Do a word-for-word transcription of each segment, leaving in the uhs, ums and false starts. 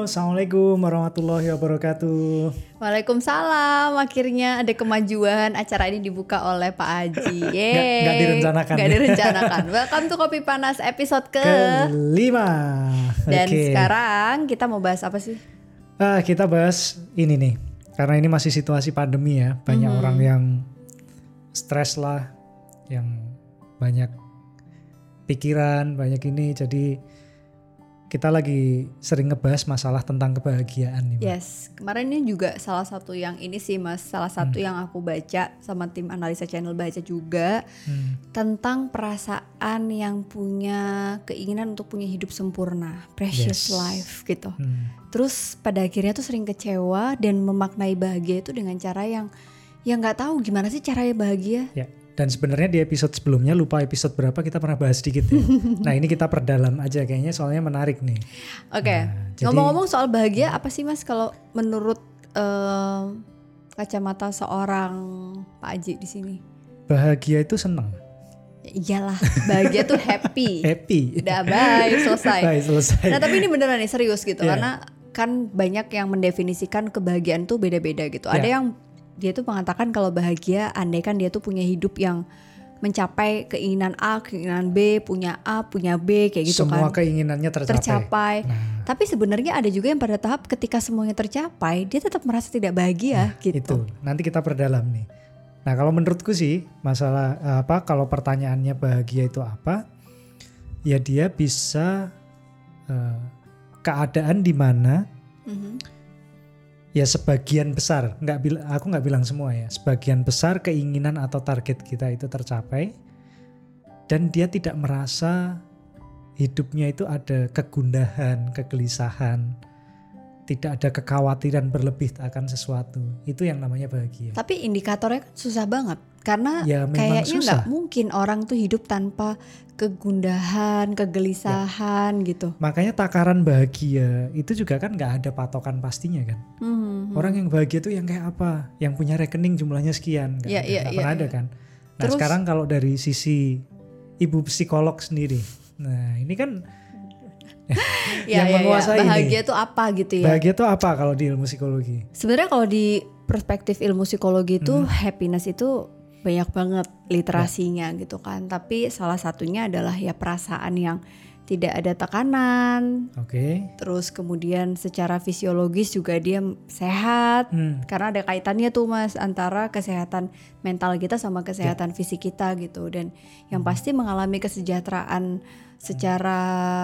Assalamualaikum warahmatullahi wabarakatuh. Waalaikumsalam. Akhirnya ada kemajuan. Acara ini dibuka oleh Pak Haji. Gak, gak direncanakan. Gak direncanakan. Welcome to Kopi Panas episode ke kelima. Dan okay. sekarang kita mau bahas apa sih? Ah, kita bahas ini nih. Karena ini masih situasi pandemi ya. Banyak hmm. orang yang stres lah, yang banyak pikiran, banyak ini. Jadi kita lagi sering ngebahas masalah tentang kebahagiaan nih, Mbak. Yes, kemarin ini juga salah satu yang ini sih Mas, salah satu hmm. yang aku baca sama tim analisa channel baca juga hmm. tentang perasaan yang punya keinginan untuk punya hidup sempurna, precious yes. life gitu. Hmm. Terus pada akhirnya tuh sering kecewa dan memaknai bahagia itu dengan cara yang yang nggak tahu gimana sih caranya bahagia. Ya. Dan sebenarnya di episode sebelumnya, lupa episode berapa, kita pernah bahas sedikit ya. Nah ini kita perdalam aja kayaknya soalnya menarik nih. Oke, okay. nah, ngomong-ngomong soal bahagia, apa sih Mas kalau menurut uh, kacamata seorang Pak Haji di sini? Bahagia itu senang. Ya, iyalah, bahagia tuh happy. Happy. Udah bye, selesai. Bye, selesai. Nah tapi ini beneran nih serius gitu, yeah. karena kan banyak yang mendefinisikan kebahagiaan tuh beda-beda gitu. Yeah. Ada yang dia tuh mengatakan kalau bahagia andai kan dia tuh punya hidup yang mencapai keinginan A, keinginan B, punya A, punya B kayak gitu. Semua kan. Semua keinginannya tercapai. tercapai. Nah. Tapi sebenarnya ada juga yang pada tahap ketika semuanya tercapai, dia tetap merasa tidak bahagia nah, gitu. Itu. Nanti kita perdalam nih. Nah, kalau menurutku sih masalah apa kalau pertanyaannya bahagia itu apa? Ya dia bisa uh, keadaan di mana mm-hmm. ya sebagian besar, nggak bil- aku nggak bilang semua ya, sebagian besar keinginan atau target kita itu tercapai dan dia tidak merasa hidupnya itu ada kegundahan, kegelisahan, tidak ada kekhawatiran berlebih akan sesuatu. Itu yang namanya bahagia. Tapi indikatornya kan susah banget karena ya, kayaknya nggak mungkin orang tuh hidup tanpa kegundahan, kegelisahan ya. Gitu. Makanya takaran bahagia itu juga kan nggak ada patokan pastinya kan. Hmm, Orang yang bahagia tuh yang kayak apa? Yang punya rekening jumlahnya sekian kan? Ya, Gak ya, pernah ya, ada ya. kan. Nah Terus, sekarang kalau dari sisi ibu psikolog sendiri, nah ini kan ya, yang ya, menguasai ya. Bahagia ini. tuh apa gitu ya? Bahagia tuh apa kalau di ilmu psikologi? Sebenarnya kalau di perspektif ilmu psikologi itu hmm. happiness itu banyak banget literasinya ya. Gitu kan. Tapi salah satunya adalah ya perasaan yang tidak ada tekanan. Oke. Okay. Terus kemudian secara fisiologis juga dia sehat. Hmm. Karena ada kaitannya tuh Mas antara kesehatan mental kita sama kesehatan ya. Fisik kita gitu. Dan yang hmm. pasti mengalami kesejahteraan secara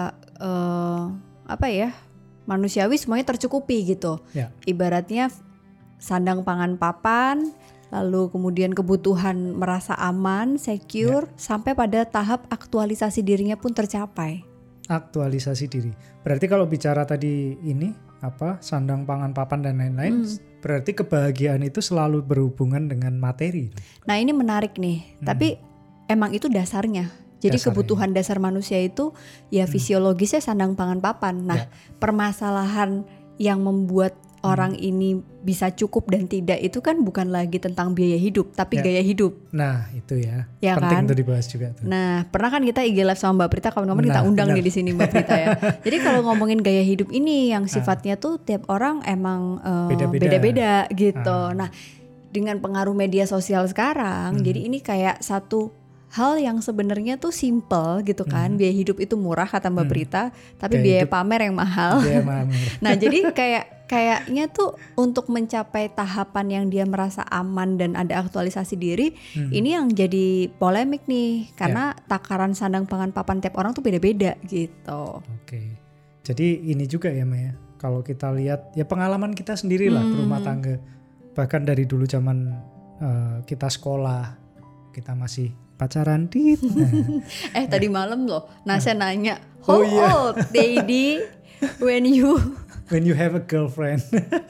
uh, apa ya? Manusiawi semuanya tercukupi gitu. Ya. Ibaratnya sandang pangan papan, lalu kemudian kebutuhan merasa aman, secure, ya. Sampai pada tahap aktualisasi dirinya pun tercapai. Aktualisasi diri. Berarti kalau bicara tadi ini apa sandang pangan papan dan lain-lain, hmm. berarti kebahagiaan itu selalu berhubungan dengan materi. Nah ini menarik nih. Hmm. Tapi emang itu dasarnya. Jadi dasarnya. Kebutuhan dasar manusia itu ya fisiologisnya sandang pangan papan. Nah ya. Permasalahan yang membuat orang hmm. ini bisa cukup dan tidak itu kan bukan lagi tentang biaya hidup tapi ya. Gaya hidup. Nah itu ya, ya penting kan? Untuk dibahas juga tuh. Nah pernah kan kita I G live sama Mbak Prita, kawan-kawan nah, kita undang benar. Nih di sini Mbak Prita ya. Jadi kalau ngomongin gaya hidup ini yang sifatnya tuh tiap orang emang uh, beda-beda. beda-beda gitu. Ah. Nah dengan pengaruh media sosial sekarang, hmm. jadi ini kayak satu hal yang sebenarnya tuh simple gitu kan. Hmm. Biaya hidup itu murah kata Mbak hmm. Prita, tapi biaya, biaya pamer yang mahal. Biaya pamer. Nah jadi kayak kayaknya tuh untuk mencapai tahapan yang dia merasa aman dan ada aktualisasi diri, hmm. ini yang jadi polemik nih karena ya. Takaran sandang pangan papan tiap orang tuh beda-beda gitu. Oke. Jadi ini juga ya Maya, kalau kita lihat ya pengalaman kita sendiri lah hmm. berumah tangga. Bahkan dari dulu zaman uh, kita sekolah, kita masih pacaran dit. Nah. eh tadi malam loh, Nasya nah. nanya, how oh, iya. old daddy when you when you have a girlfriend?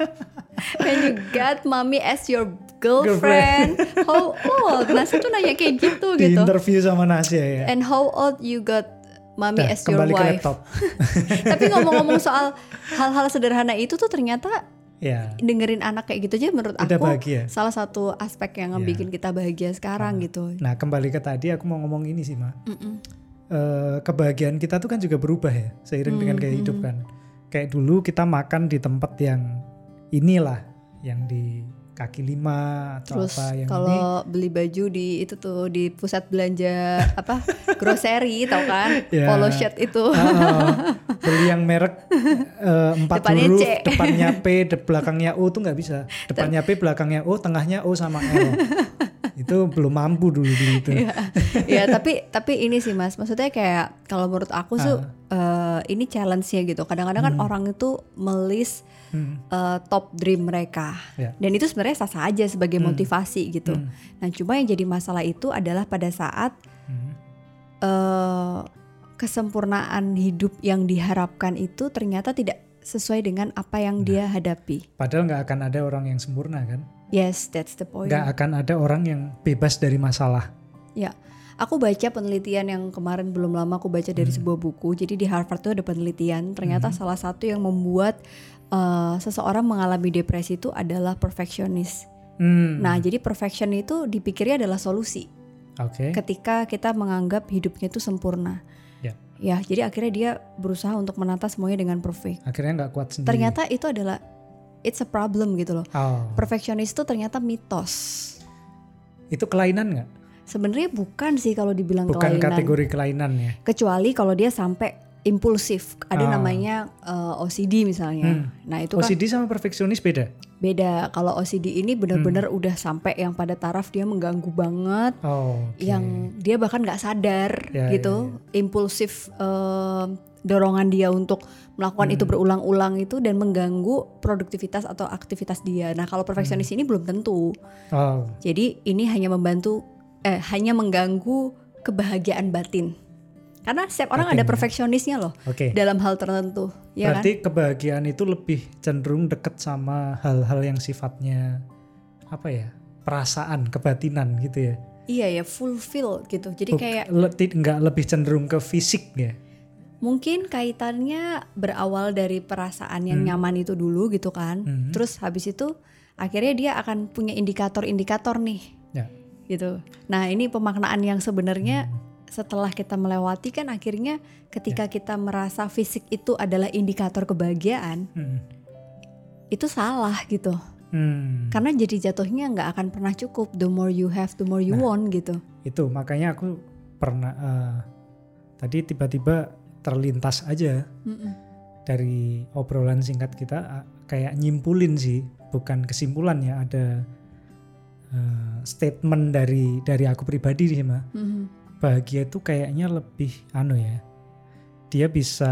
When you got mommy as your girlfriend, girlfriend. How old? Nasya tuh nanya kayak gitu di gitu. Di interview sama Nasya ya. And how old you got mommy nah, as your wife? Kembali ke laptop. Tapi ngomong-ngomong soal hal-hal sederhana itu tuh ternyata ya. Dengerin anak kayak gitu aja menurut udah aku bahagia. Salah satu aspek yang ngebikin ya. Kita bahagia sekarang nah. gitu. Nah kembali ke tadi aku mau ngomong ini sih Ma. Uh, kebahagiaan kita tuh kan juga berubah ya seiring mm-hmm. dengan gaya hidup kan. kayak dulu kita makan di tempat yang inilah, yang di kaki lima atau Terus apa yang kalau ini. beli baju di itu tuh di pusat belanja apa grocery tau kan, Ya. polo shirt itu. Uh, beli yang merek uh, empat Depannya huruf, C. depannya P, de- belakangnya O tuh nggak bisa. Depannya P, belakangnya O, tengahnya O sama L. Itu belum mampu dulu dulu itu. Ya, ya tapi tapi ini sih Mas, maksudnya kayak kalau menurut aku tuh uh, ini challenge-nya gitu. Kadang-kadang kan Hmm. orang itu melis Hmm. uh, top dream mereka, Ya. dan itu sebenarnya sah-sah aja sebagai Hmm. motivasi gitu. Hmm. Nah cuma yang jadi masalah itu adalah pada saat Hmm. uh, kesempurnaan hidup yang diharapkan itu ternyata tidak sesuai dengan apa yang dia hadapi. Padahal nggak akan ada orang yang sempurna kan? Yes, that's the point. Nggak akan ada orang yang bebas dari masalah. Ya, aku baca penelitian yang kemarin belum lama aku baca dari Hmm. sebuah buku. Jadi di Harvard tuh ada penelitian. Ternyata Hmm. salah satu yang membuat uh, seseorang mengalami depresi itu adalah perfectionist. Hmm. Nah, jadi perfection itu dipikirnya adalah solusi. Oke. Ketika kita menganggap hidupnya itu sempurna. Ya. Ya, jadi akhirnya dia berusaha untuk menata semuanya dengan perfect. Akhirnya nggak kuat sendiri. Ternyata itu adalah it's a problem gitu loh. Oh. Perfectionist itu ternyata mitos. Itu kelainan nggak? Sebenarnya bukan sih kalau dibilang Bukan kelainan. kategori kelainan ya. Kecuali kalau dia sampai impulsif. Ada Oh. namanya uh, O C D misalnya. Hmm. Nah, itu O C kan D sama perfeksionis beda. beda. Kalau O C D ini benar-benar udah sampai yang pada taraf dia mengganggu banget. Oh. oke. Yang dia bahkan nggak sadar Ya, gitu, impulsif uh, dorongan dia untuk melakukan Hmm. itu berulang-ulang itu dan mengganggu produktivitas atau aktivitas dia. Nah kalau perfeksionis Hmm. ini belum tentu. Oh. Jadi ini hanya membantu, eh hanya mengganggu kebahagiaan batin. Karena setiap orang Batin, ada ya. perfeksionisnya loh Oke. dalam hal tertentu, ya kan? Berarti kebahagiaan itu lebih cenderung deket sama hal-hal yang sifatnya apa ya? Perasaan, kebatinan gitu ya. Iya ya, fulfill gitu. Jadi Buk- kayak le- ti- nggak lebih cenderung ke fisik ya. mungkin kaitannya berawal dari perasaan yang Hmm. nyaman itu dulu gitu kan. Hmm. Terus habis itu akhirnya dia akan punya indikator-indikator nih. Ya. Gitu. Nah, ini pemaknaan yang sebenarnya Hmm. setelah kita melewati kan akhirnya ketika kita merasa fisik itu adalah indikator kebahagiaan, Hmm. itu salah gitu. Hmm. Karena jadi jatuhnya nggak akan pernah cukup. The more you have, the more you Nah. want gitu. Itu makanya aku pernah uh, tadi tiba-tiba terlintas aja Mm-mm. dari obrolan singkat kita uh, kayak nyimpulin sih, bukan kesimpulan ya, ada uh, statement dari dari aku pribadi sih mah. Mhm. Bahagia itu kayaknya lebih anu ya, dia bisa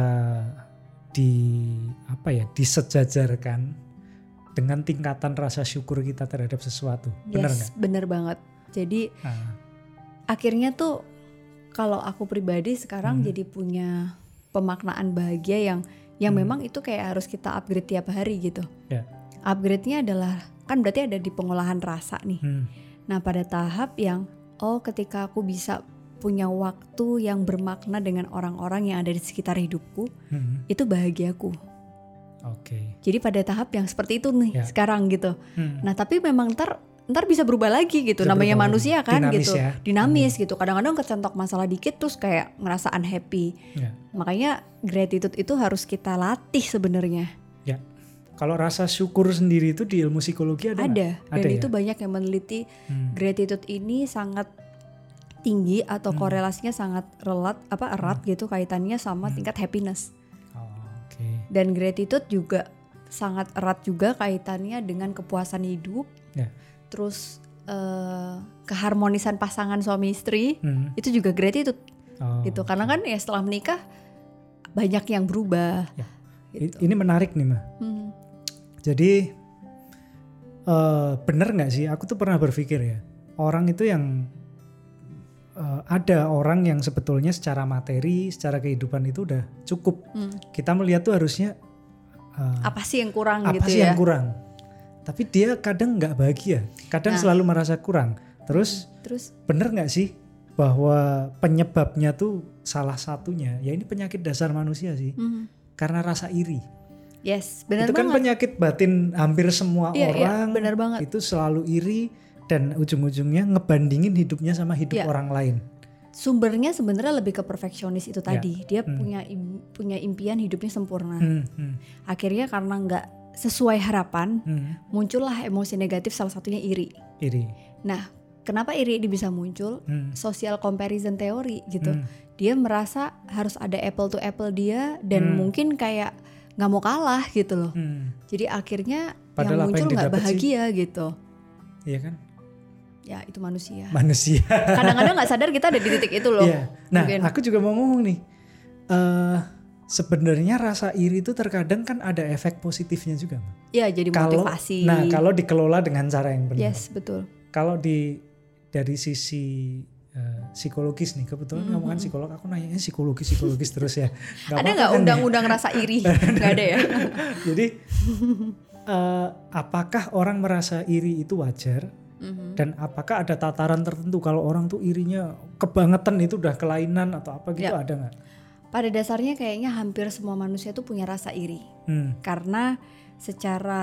di apa ya disejajarkan dengan tingkatan rasa syukur kita terhadap sesuatu. Benar nggak? Yes, bener banget. Jadi Nah, akhirnya tuh kalau aku pribadi sekarang Hmm. jadi punya pemaknaan bahagia yang yang Hmm. memang itu kayak harus kita upgrade tiap hari gitu. Ya. Upgrade-nya adalah kan berarti ada di pengolahan rasa nih. hmm, Nah pada tahap yang oh ketika aku bisa punya waktu yang bermakna dengan orang-orang yang ada di sekitar hidupku, hmm, itu bahagiaku. oke. Jadi pada tahap yang seperti itu nih Ya. sekarang gitu. Hmm, Nah tapi memang ntar ntar bisa berubah lagi gitu. Bisa Namanya berubah manusia lagi. kan Dinamis gitu, ya. dinamis gitu. Kadang-kadang kecentok masalah dikit terus kayak ngerasa unhappy. ya. Makanya gratitude itu harus kita latih sebenarnya. Ya. Kalau rasa syukur sendiri itu di ilmu psikologi ada nggak? Ada. Dan Ada ya? itu banyak yang meneliti Hmm, gratitude ini sangat tinggi atau Hmm. korelasinya sangat relat apa erat gitu kaitannya sama Hmm. tingkat happiness. oh, oke. Dan gratitude juga sangat erat juga kaitannya dengan kepuasan hidup. Ya. Terus eh, keharmonisan pasangan suami istri Hmm, itu juga gratitude oh, gitu. Karena kan ya setelah menikah banyak yang berubah. Ya. Gitu. I- Ini menarik nih mah. Hmm. Jadi eh bener nggak sih? Aku tuh pernah berpikir ya, orang itu yang eh, ada orang yang sebetulnya secara materi, secara kehidupan itu udah cukup. Hmm. Kita melihat tuh harusnya eh, Apa sih yang kurang apa gitu sih ya? yang kurang? Tapi dia kadang nggak bahagia, kadang Nah. selalu merasa kurang. Terus Terus bener nggak sih bahwa penyebabnya tuh salah satunya ya ini penyakit dasar manusia sih, hmm. karena rasa iri. yes, benar Itu kan banget. penyakit batin hampir semua Iya, iya, orang. benar banget. Itu selalu iri dan ujung-ujungnya ngebandingin hidupnya sama hidup Iya. orang lain. sumbernya sebenarnya lebih ke perfeksionis itu tadi. Ya. Dia hmm. punya im, punya impian hidupnya sempurna. Hmm. Hmm. Akhirnya karena nggak sesuai harapan, hmm. muncullah emosi negatif, salah satunya iri. Iri. Nah, kenapa iri ini bisa muncul? Hmm. Social comparison theory gitu. Hmm. Dia merasa harus ada apple to apple dia dan hmm. mungkin kayak nggak mau kalah gitu loh. Hmm. Jadi akhirnya padahal yang muncul nggak bahagia sih? Gitu. Iya kan? Ya itu manusia. Manusia. Kadang-kadang nggak sadar kita ada di titik itu loh. Iya. Nah, mungkin. Aku juga mau ngomong nih. Uh, sebenarnya rasa iri itu terkadang kan ada efek positifnya juga. Iya, jadi kalau, motivasi. Nah, kalau dikelola dengan cara yang benar. Yes, betul. Kalau di dari sisi Uh, psikologis nih, kebetulan mm-hmm. kamu kan psikolog, aku nanya psikologis psikologis terus ya. Gak ada nggak kan undang-undang ya? Rasa iri? Nggak ada ya. Jadi uh, apakah orang merasa iri itu wajar? Mm-hmm. Dan apakah ada tataran tertentu kalau orang tuh irinya kebangetan itu udah kelainan atau apa gitu, ya. Ada nggak? Pada dasarnya kayaknya hampir semua manusia tuh punya rasa iri, hmm. karena secara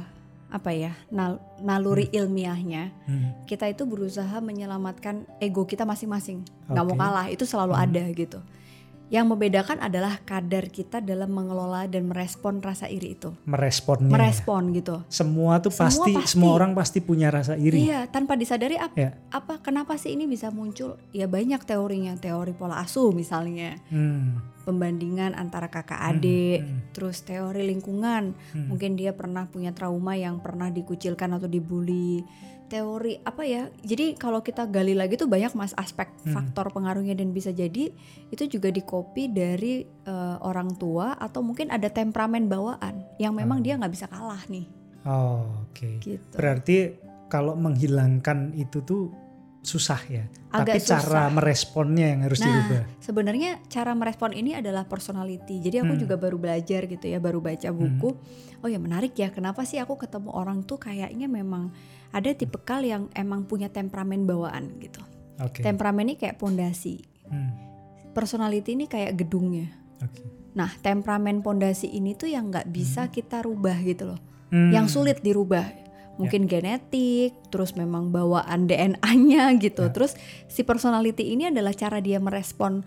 apa ya nal, naluri hmm. ilmiahnya hmm. kita itu berusaha menyelamatkan ego kita masing-masing, nggak okay. mau kalah, itu selalu hmm. ada gitu. Yang membedakan adalah kadar kita dalam mengelola dan merespon rasa iri itu. Meresponnya. Merespon gitu. Semua tuh semua pasti, pasti, semua orang pasti punya rasa iri. Iya, tanpa disadari apa, ya. apa kenapa sih ini bisa muncul? Ya banyak teorinya, teori pola asuh misalnya. Hmm. Pembandingan antara kakak adik, hmm. Hmm. terus teori lingkungan. Hmm. Mungkin dia pernah punya trauma yang pernah dikucilkan atau dibully. Teori apa ya, jadi kalau kita gali lagi tuh banyak mas aspek hmm. faktor pengaruhnya, dan bisa jadi itu juga dikopi dari uh, orang tua atau mungkin ada temperamen bawaan yang memang oh. dia nggak bisa kalah nih. Oh oke. Okay. Gitu. Berarti kalau menghilangkan itu tuh susah ya. Agak Tapi susah. Cara meresponnya yang harus nah, dirubah. Sebenarnya cara merespon ini adalah personality. Jadi aku hmm. juga baru belajar gitu ya, baru baca buku. Hmm. Oh ya menarik ya, kenapa sih aku ketemu orang tuh kayaknya memang ada tipikal yang emang punya temperamen bawaan gitu. Okay. Temperamen ini kayak pondasi. Hmm. Personality ini kayak gedungnya. Okay. Nah, temperamen pondasi ini tuh yang nggak bisa hmm. kita rubah gitu loh. Hmm. Yang sulit dirubah. Mungkin ya. Genetik, terus memang bawaan D N A-nya gitu. Ya. Terus si personality ini adalah cara dia merespon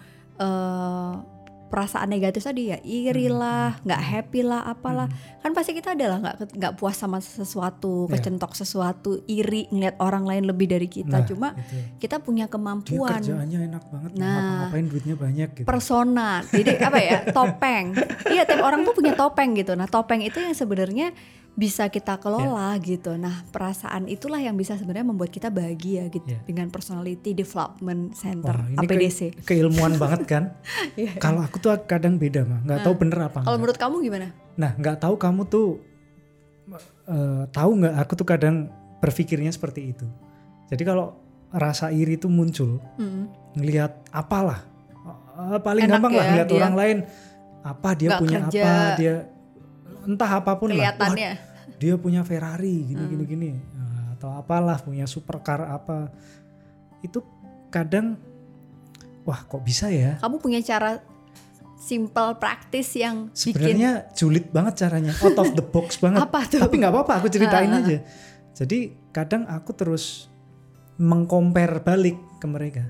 uh, perasaan negatif tadi ya, iri lah, nggak hmm. happy lah, apalah. Hmm. Kan pasti kita adalah nggak nggak puas sama sesuatu, ya. Kecentok sesuatu, iri ngeliat orang lain lebih dari kita. Nah, Cuma gitu. Kita punya kemampuan. Dia kerjaannya enak banget, nah, ngapain duitnya banyak gitu. Persona, jadi apa ya, topeng. Iya, tiap orang tuh punya topeng gitu. Nah, topeng itu yang sebenarnya bisa kita kelola yeah. gitu. Nah, perasaan itulah yang bisa sebenarnya membuat kita bahagia gitu yeah. dengan Personality Development Center. Wah, A P D C. Ke, keilmuan banget kan? yeah. Kalau aku tuh kadang beda mah, nggak nah, tahu bener apa. Kalau menurut kamu gimana? Nah, nggak tahu kamu tuh uh, tahu nggak? Aku tuh kadang berpikirnya seperti itu. Jadi kalau rasa iri tuh muncul, mm. ngelihat apalah, uh, paling enak gampang ya, lah ngelihat orang lain, apa dia punya kerja. apa dia. Entah apapun lah, wah, dia punya Ferrari gini-gini-gini hmm. nah, atau apalah, punya supercar apa, itu kadang wah kok bisa ya. Kamu punya cara simple praktis yang sebenarnya bikin... julid banget caranya, out of the box banget. Apa tuh? Tapi nggak apa-apa, aku ceritain aja. Jadi kadang aku terus mengcompare balik ke mereka,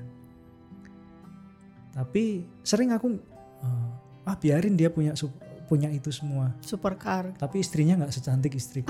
tapi sering aku ah biarin dia punya super punya itu semua supercar, tapi istrinya nggak secantik istriku.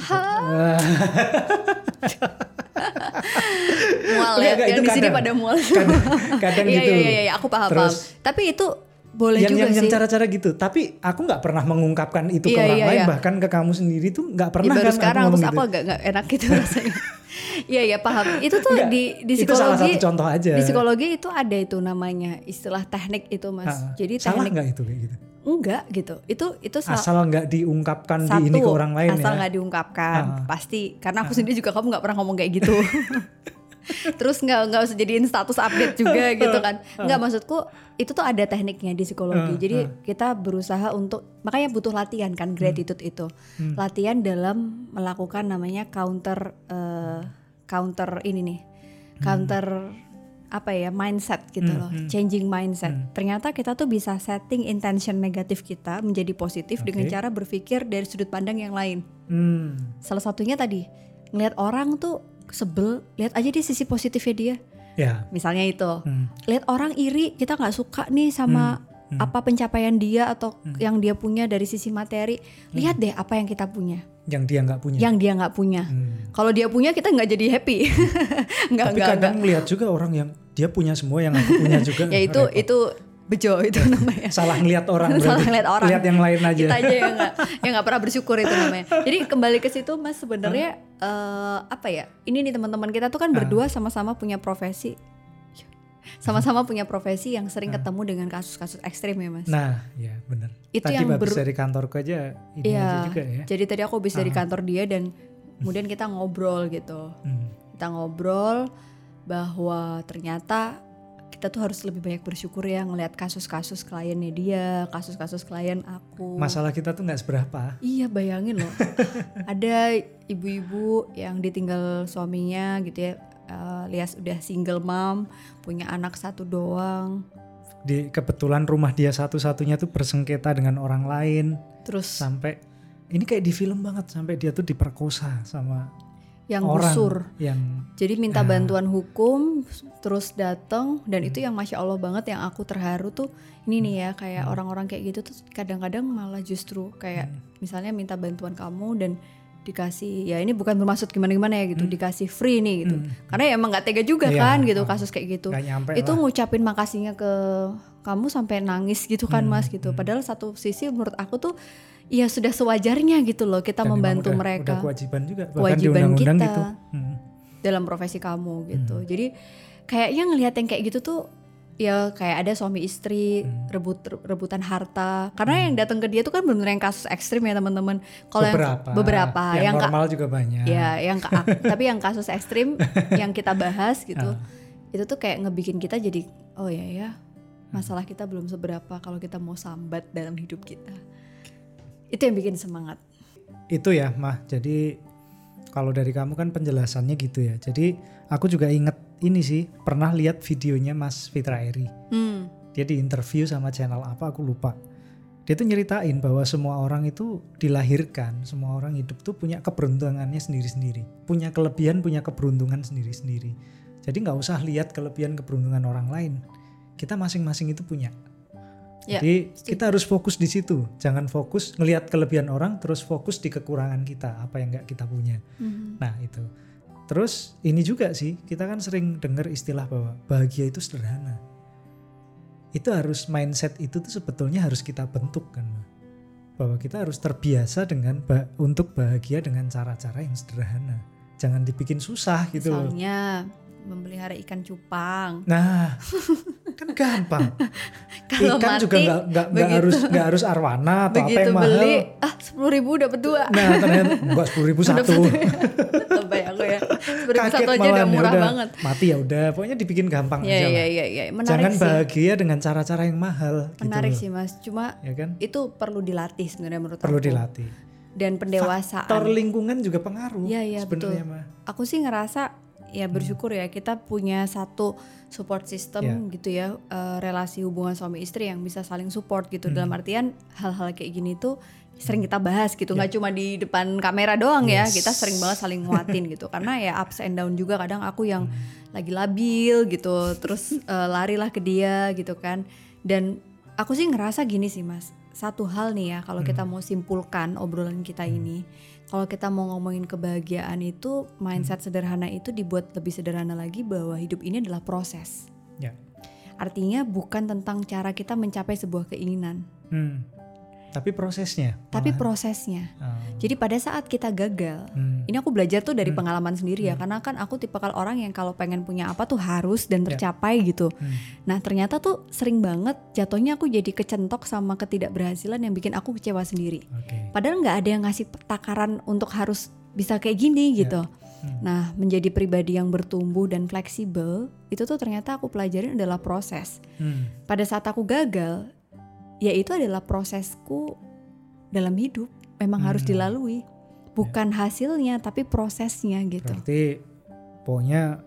Mual ya, yang di sini pada mual. Kadang, kadang gitu. Iya iya iya, aku paham paham. Tapi itu boleh yang, juga yang, sih. Yang cara-cara gitu. Tapi aku nggak pernah mengungkapkan itu iya, ke orang iya, lain, iya. bahkan ke kamu sendiri tuh nggak pernah ya, baru kan. Sekarang aku, aku, gitu. aku agak nggak enak gitu rasanya. Iya iya paham. Itu tuh Enggak, di di psikologi. Itu salah satu contoh aja. Di psikologi itu ada itu namanya istilah teknik itu mas. Ha, Jadi teknik. Salah nggak itu kayak gitu? Enggak gitu. Itu itu sal- asal nggak diungkapkan satu, di ini ke orang lain asal ya. nggak diungkapkan ha. Pasti. Karena aku ha. sendiri juga kamu nggak pernah ngomong kayak gitu. Terus nggak nggak usah jadiin status update juga gitu kan. Nggak, maksudku itu tuh ada tekniknya di psikologi. Jadi kita berusaha untuk, makanya butuh latihan kan, gratitude itu. Latihan dalam melakukan namanya counter uh, counter ini nih. Counter apa ya, mindset gitu loh. Changing mindset. Ternyata kita tuh bisa setting intention negatif kita menjadi positif okay. dengan cara berpikir dari sudut pandang yang lain. Hmm. Salah satunya tadi ngelihat orang tuh sebel, lihat aja dia sisi positifnya dia. Ya. Misalnya itu, Hmm. lihat orang iri, kita nggak suka nih sama hmm. Hmm. apa pencapaian dia atau hmm. yang dia punya dari sisi materi. Lihat hmm. deh apa yang kita punya. Yang dia nggak punya. Yang dia nggak punya. Hmm. Kalau dia punya kita nggak jadi happy. nggak, Tapi nggak, kadang nggak. lihat juga orang yang dia punya semua yang aku punya juga. Ya itu repot. Itu bejo itu namanya. Salah ngelihat orang. Salah ngelihat orang. Lihat yang lain aja. Kita aja yang nggak yang nggak pernah bersyukur itu namanya. Jadi kembali ke situ Mas, sebenarnya huh? uh, apa ya? Ini nih teman-teman kita tuh kan uh. berdua sama-sama punya profesi. Sama-sama punya profesi yang sering ketemu dengan kasus-kasus ekstrim ya Mas. Nah ya benar. Itu tadi yang habis ber... dari kantorku aja ini ya, aja juga ya. Jadi tadi aku habis uh. dari kantor dia dan kemudian kita ngobrol gitu. Hmm. Kita ngobrol bahwa ternyata kita tuh harus lebih banyak bersyukur ya ngelihat kasus-kasus kliennya dia, kasus-kasus klien aku. Masalah kita tuh gak seberapa. Iya bayangin loh. Ada ibu-ibu yang ditinggal suaminya gitu ya. Uh, Lias udah single mom, punya anak satu doang. Di kebetulan rumah dia satu-satunya tuh bersengketa dengan orang lain. Terus sampai ini kayak di film banget, sampai dia tuh diperkosa sama yang orang gusur. Yang jadi minta uh, bantuan hukum, terus datang dan hmm. itu yang masya Allah banget yang aku terharu tuh ini nih ya kayak hmm. orang-orang kayak gitu tuh kadang-kadang malah justru kayak hmm. misalnya minta bantuan kamu dan dikasih ya ini bukan bermaksud gimana-gimana ya gitu hmm. dikasih free nih gitu hmm. karena ya emang nggak tega juga ya, kan gitu oh, kasus kayak gitu itu lah. Ngucapin makasihnya ke kamu sampai nangis gitu kan hmm. Mas gitu padahal satu sisi menurut aku tuh ya sudah sewajarnya gitu loh kita dan membantu udah, mereka udah kewajiban juga bahkan kewajiban di kita gitu. hmm. dalam profesi kamu gitu hmm. jadi kayaknya ngelihat yang kayak gitu tuh ya kayak ada suami istri hmm. rebut rebutan harta karena hmm. yang datang ke dia tuh kan benar-benar yang kasus ekstrim ya teman-teman. Kalau yang beberapa yang, yang normal ka, juga banyak. Ya, yang ka, tapi yang kasus ekstrim yang kita bahas gitu. Uh. Itu tuh kayak ngebikin kita jadi oh ya ya, masalah kita belum seberapa kalau kita mau sambat dalam hidup kita. Itu yang bikin semangat. Itu ya, Mah. Jadi kalau dari kamu kan penjelasannya gitu ya. Jadi aku juga inget ini sih, pernah lihat videonya Mas Fitra Eri. Hmm. Dia di interview sama channel apa aku lupa. Dia tuh nyeritain bahwa semua orang itu dilahirkan, semua orang hidup tuh punya keberuntungannya sendiri-sendiri. Punya kelebihan, punya keberuntungan sendiri-sendiri. Jadi gak usah lihat kelebihan keberuntungan orang lain. Kita masing-masing itu punya. Ya, jadi setuju. Kita harus fokus di situ. Jangan fokus ngelihat kelebihan orang, terus fokus di kekurangan kita, apa yang gak kita punya. Hmm. Nah itu. Terus ini juga sih, kita kan sering dengar istilah bahwa bahagia itu sederhana. Itu harus mindset itu tuh sebetulnya harus kita bentuk kan. Bahwa kita harus terbiasa dengan bah- untuk bahagia dengan cara-cara yang sederhana. Jangan dibikin susah gitu loh. Misalnya memelihara ikan cupang. Nah, kan gampang. Kalau ikan mati, juga nggak nggak nggak harus nggak harus arwana atau apa yang mahal. Begitu beli, ah sepuluh ribu dapat dua. Nah ternyata nggak sepuluh ribu satu. Lebay aku ya. Sepuluh ribu satu aja udah murah udah, banget. Mati ya udah, pokoknya dibikin gampang ya, aja ya, lah. Ya, ya, ya. Jangan sih. bahagia dengan cara-cara yang mahal. Menarik gitu sih Mas, cuma ya kan? Itu perlu dilatih sebenarnya menurut perlu aku. Perlu dilatih. Dan pendewasaan. Faktor lingkungan juga pengaruh. Iya iya betul. Mah. Aku sih ngerasa ya bersyukur ya kita punya satu support system yeah. gitu ya uh, relasi hubungan suami istri yang bisa saling support gitu hmm. dalam artian hal-hal kayak gini tuh sering kita bahas gitu nggak yeah. cuma di depan kamera doang yes. ya kita sering banget saling nguatin gitu karena ya ups and down juga kadang aku yang hmm. lagi labil gitu terus uh, larilah ke dia gitu kan dan aku sih ngerasa gini sih Mas satu hal nih ya kalau hmm. kita mau simpulkan obrolan kita hmm. ini kalau kita mau ngomongin kebahagiaan itu mindset hmm. sederhana itu dibuat lebih sederhana lagi bahwa hidup ini adalah proses. Ya. Artinya bukan tentang cara kita mencapai sebuah keinginan. Hmm. Tapi prosesnya. Tapi prosesnya. Oh. Jadi pada saat kita gagal, hmm. ini aku belajar tuh dari hmm. pengalaman sendiri ya, hmm. karena kan aku tipikal orang yang kalau pengen punya apa tuh harus dan tercapai ya. gitu. Hmm. Nah ternyata tuh sering banget jatuhnya aku jadi kecentok sama ketidakberhasilan yang bikin aku kecewa sendiri. Okay. Padahal nggak ada yang ngasih takaran untuk harus bisa kayak gini gitu. Ya. Hmm. Nah menjadi pribadi yang bertumbuh dan fleksibel itu tuh ternyata aku pelajarin adalah proses. Hmm. Pada saat aku gagal ya itu adalah prosesku dalam hidup memang hmm. harus dilalui bukan ya. hasilnya tapi prosesnya gitu. Berarti pokoknya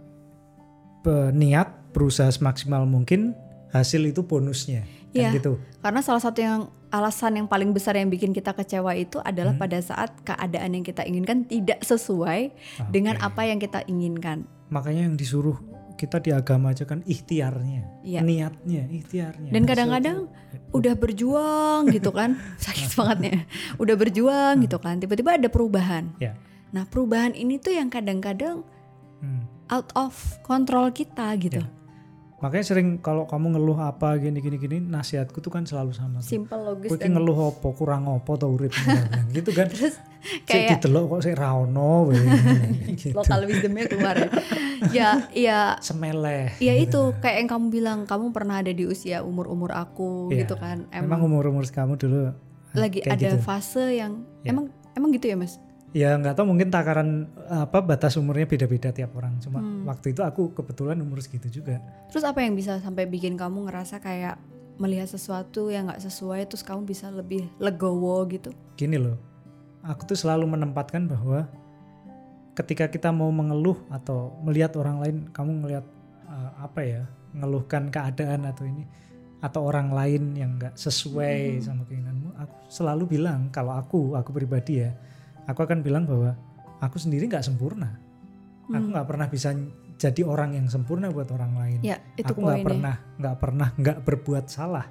niat berusaha semaksimal mungkin hasil itu bonusnya ya, kan gitu. Karena salah satu yang alasan yang paling besar yang bikin kita kecewa itu adalah hmm. pada saat keadaan yang kita inginkan tidak sesuai okay. dengan apa yang kita inginkan. Makanya yang disuruh kita di agama aja kan ikhtiarnya, ya. niatnya, ikhtiarnya. Dan kadang-kadang so, udah berjuang gitu kan, sakit bangetnya. Udah berjuang gitu kan, tiba-tiba ada perubahan. Ya. Nah perubahan ini tuh yang kadang-kadang hmm. out of control kita gitu. Ya. Makanya sering kalau kamu ngeluh apa gini-gini gini, nasihatku tuh kan selalu sama. Simple, logis. Kowe dan... ngeluh apa, kurang apa tau urip gitu kan. Terus kayak didelok kok sik ra ono gitu. Lokal wisdomnya keluar ya. Ya, ya semeleh. Ya itu kayak yang kamu bilang, kamu pernah ada di usia umur-umur aku ya, gitu kan. Emang, emang umur-umur kamu dulu lagi ada gitu. Fase yang ya. emang emang gitu ya Mas? Ya nggak tahu, mungkin takaran apa batas umurnya beda-beda tiap orang. Cuma hmm. waktu itu aku kebetulan umur segitu juga. Terus apa yang bisa sampai bikin kamu ngerasa kayak melihat sesuatu yang nggak sesuai, terus kamu bisa lebih legowo gitu? Gini loh, aku tuh selalu menempatkan bahwa ketika kita mau mengeluh atau melihat orang lain, kamu ngelihat uh, apa ya, ngeluhkan keadaan atau ini atau orang lain yang nggak sesuai hmm. sama keinginanmu, aku selalu bilang kalau aku, aku pribadi ya. Aku akan bilang bahwa aku sendiri gak sempurna. Hmm. Aku gak pernah bisa jadi orang yang sempurna buat orang lain. Ya, itu aku gak pernah, gak pernah gak berbuat salah.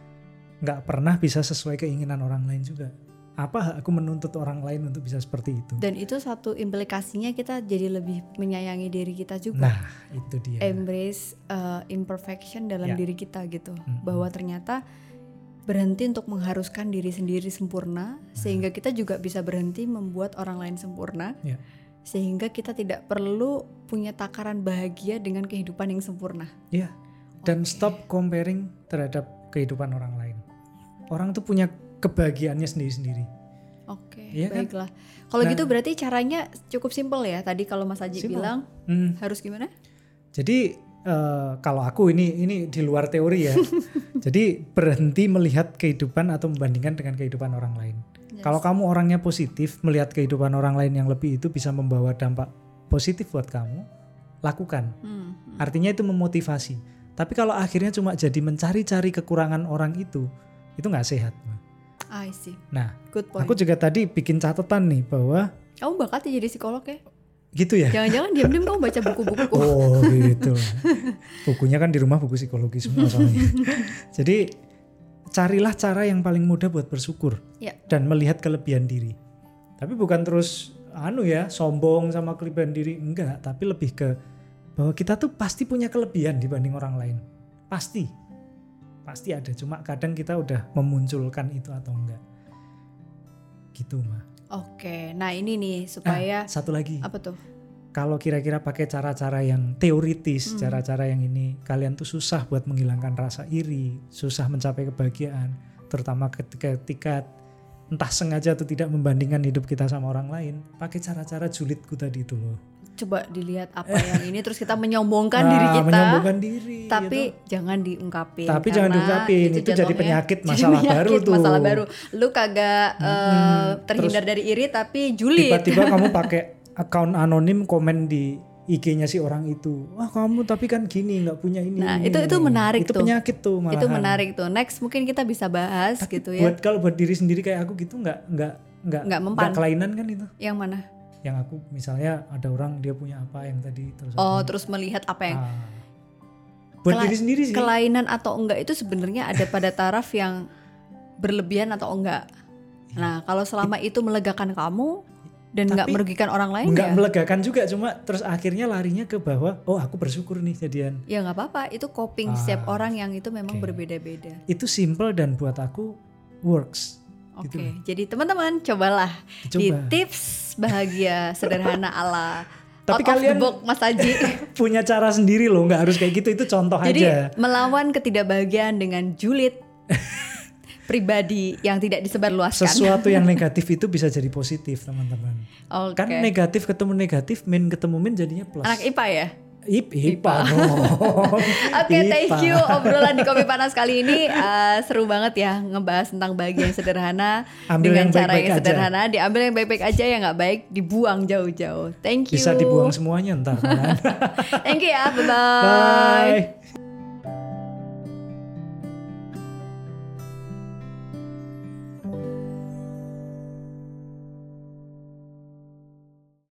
Gak pernah bisa sesuai keinginan orang lain juga. Apa aku menuntut orang lain untuk bisa seperti itu? Dan itu satu implikasinya kita jadi lebih menyayangi diri kita juga. Nah, itu dia. Embrace uh, imperfection dalam ya. diri kita gitu. Hmm. Bahwa ternyata berhenti untuk mengharuskan diri sendiri sempurna, nah. sehingga kita juga bisa berhenti membuat orang lain sempurna, ya. Sehingga kita tidak perlu punya takaran bahagia dengan kehidupan yang sempurna. Iya. Dan okay. stop comparing terhadap kehidupan orang lain. Orang tuh punya kebahagiaannya sendiri-sendiri. Oke, okay, ya baiklah. Kan? Kalau nah, gitu berarti caranya cukup simpel ya. Tadi kalau Mas Aji simple. bilang hmm. harus gimana? Jadi Uh, kalau aku ini ini di luar teori ya. Jadi berhenti melihat kehidupan atau membandingkan dengan kehidupan orang lain. Yes. Kalau kamu orangnya positif, melihat kehidupan orang lain yang lebih itu bisa membawa dampak positif buat kamu, lakukan. Hmm. Artinya itu memotivasi. Tapi kalau akhirnya cuma jadi mencari-cari kekurangan orang itu, itu nggak sehat. I see. Nah, good point. Aku juga tadi bikin catatan nih bahwa kamu bakatnya jadi psikolog ya? Gitu ya? Jangan-jangan diam-diam kamu baca buku-buku. Oh gitu. Bukunya kan di rumah buku psikologi semua soalnya. Jadi carilah cara yang paling mudah buat bersyukur ya. Dan melihat kelebihan diri. Tapi bukan terus anu ya sombong sama kelebihan diri, enggak. Tapi lebih ke bahwa kita tuh pasti punya kelebihan dibanding orang lain. Pasti. Pasti ada. Cuma kadang kita udah memunculkan itu atau enggak. Gitu mah. Oke, nah ini nih supaya ah, satu lagi. Apa tuh? Kalau kira-kira pakai cara-cara yang teoritis, hmm. cara-cara yang ini, kalian tuh susah buat menghilangkan rasa iri, susah mencapai kebahagiaan, terutama ketika, ketika entah sengaja atau tidak membandingkan hidup kita sama orang lain, pakai cara-cara julidku tadi itu loh. Coba dilihat apa yang ini, terus kita menyombongkan nah, diri kita. Menyombongkan diri. Tapi gitu. jangan diungkapin. Tapi jangan diungkapin, itu, itu jadi penyakit masalah jadi baru penyakit, tuh. Masalah baru. Lu kagak hmm, uh, terhindar terus, dari iri tapi julid. Tiba-tiba kamu pakai akun anonim komen di I G-nya si orang itu. Wah kamu tapi kan gini nggak punya ini. Nah ini, itu itu menarik itu tuh. Itu penyakit tuh malahan. Itu menarik tuh. Next mungkin kita bisa bahas tapi gitu ya. Buat kalau buat diri sendiri kayak aku gitu nggak nggak nggak nggak mempan. Nggak kelainan kan itu. Yang mana? Yang aku misalnya ada orang dia punya apa yang tadi terus oh aku, terus melihat apa yang ah, buat Kela- diri sendiri sih kelainan atau enggak itu sebenarnya ada pada taraf yang berlebihan atau enggak. Nah kalau selama itu melegakan kamu dan nggak merugikan orang lain nggak ya melegakan juga, cuma terus akhirnya larinya ke bahwa oh aku bersyukur nih jadian. Ya nggak apa-apa, itu coping ah, setiap orang yang itu memang okay. berbeda-beda. Itu simple dan buat aku works. Oke, okay. gitu. Jadi teman-teman cobalah Coba. di tips bahagia sederhana ala tapi out kalian of the box Mas Aji punya cara sendiri loh, nggak harus kayak gitu, itu contoh Jadi, aja. Jadi melawan ketidakbahagiaan dengan julid pribadi yang tidak disebarluaskan. Sesuatu yang negatif itu bisa jadi positif teman-teman. Okay. Kan negatif ketemu negatif, min ketemu min jadinya plus. Anak I P A ya? I P A. Oke, okay, thank you obrolan di Kopi Panas kali ini uh, seru banget ya ngebahas tentang bahagia yang sederhana. Ambil dengan yang cara baik-baik yang sederhana, aja. Diambil yang baik-baik aja, yang nggak baik dibuang jauh-jauh. Thank you. Bisa dibuang semuanya ntar. Thank you ya, bye-bye. Bye.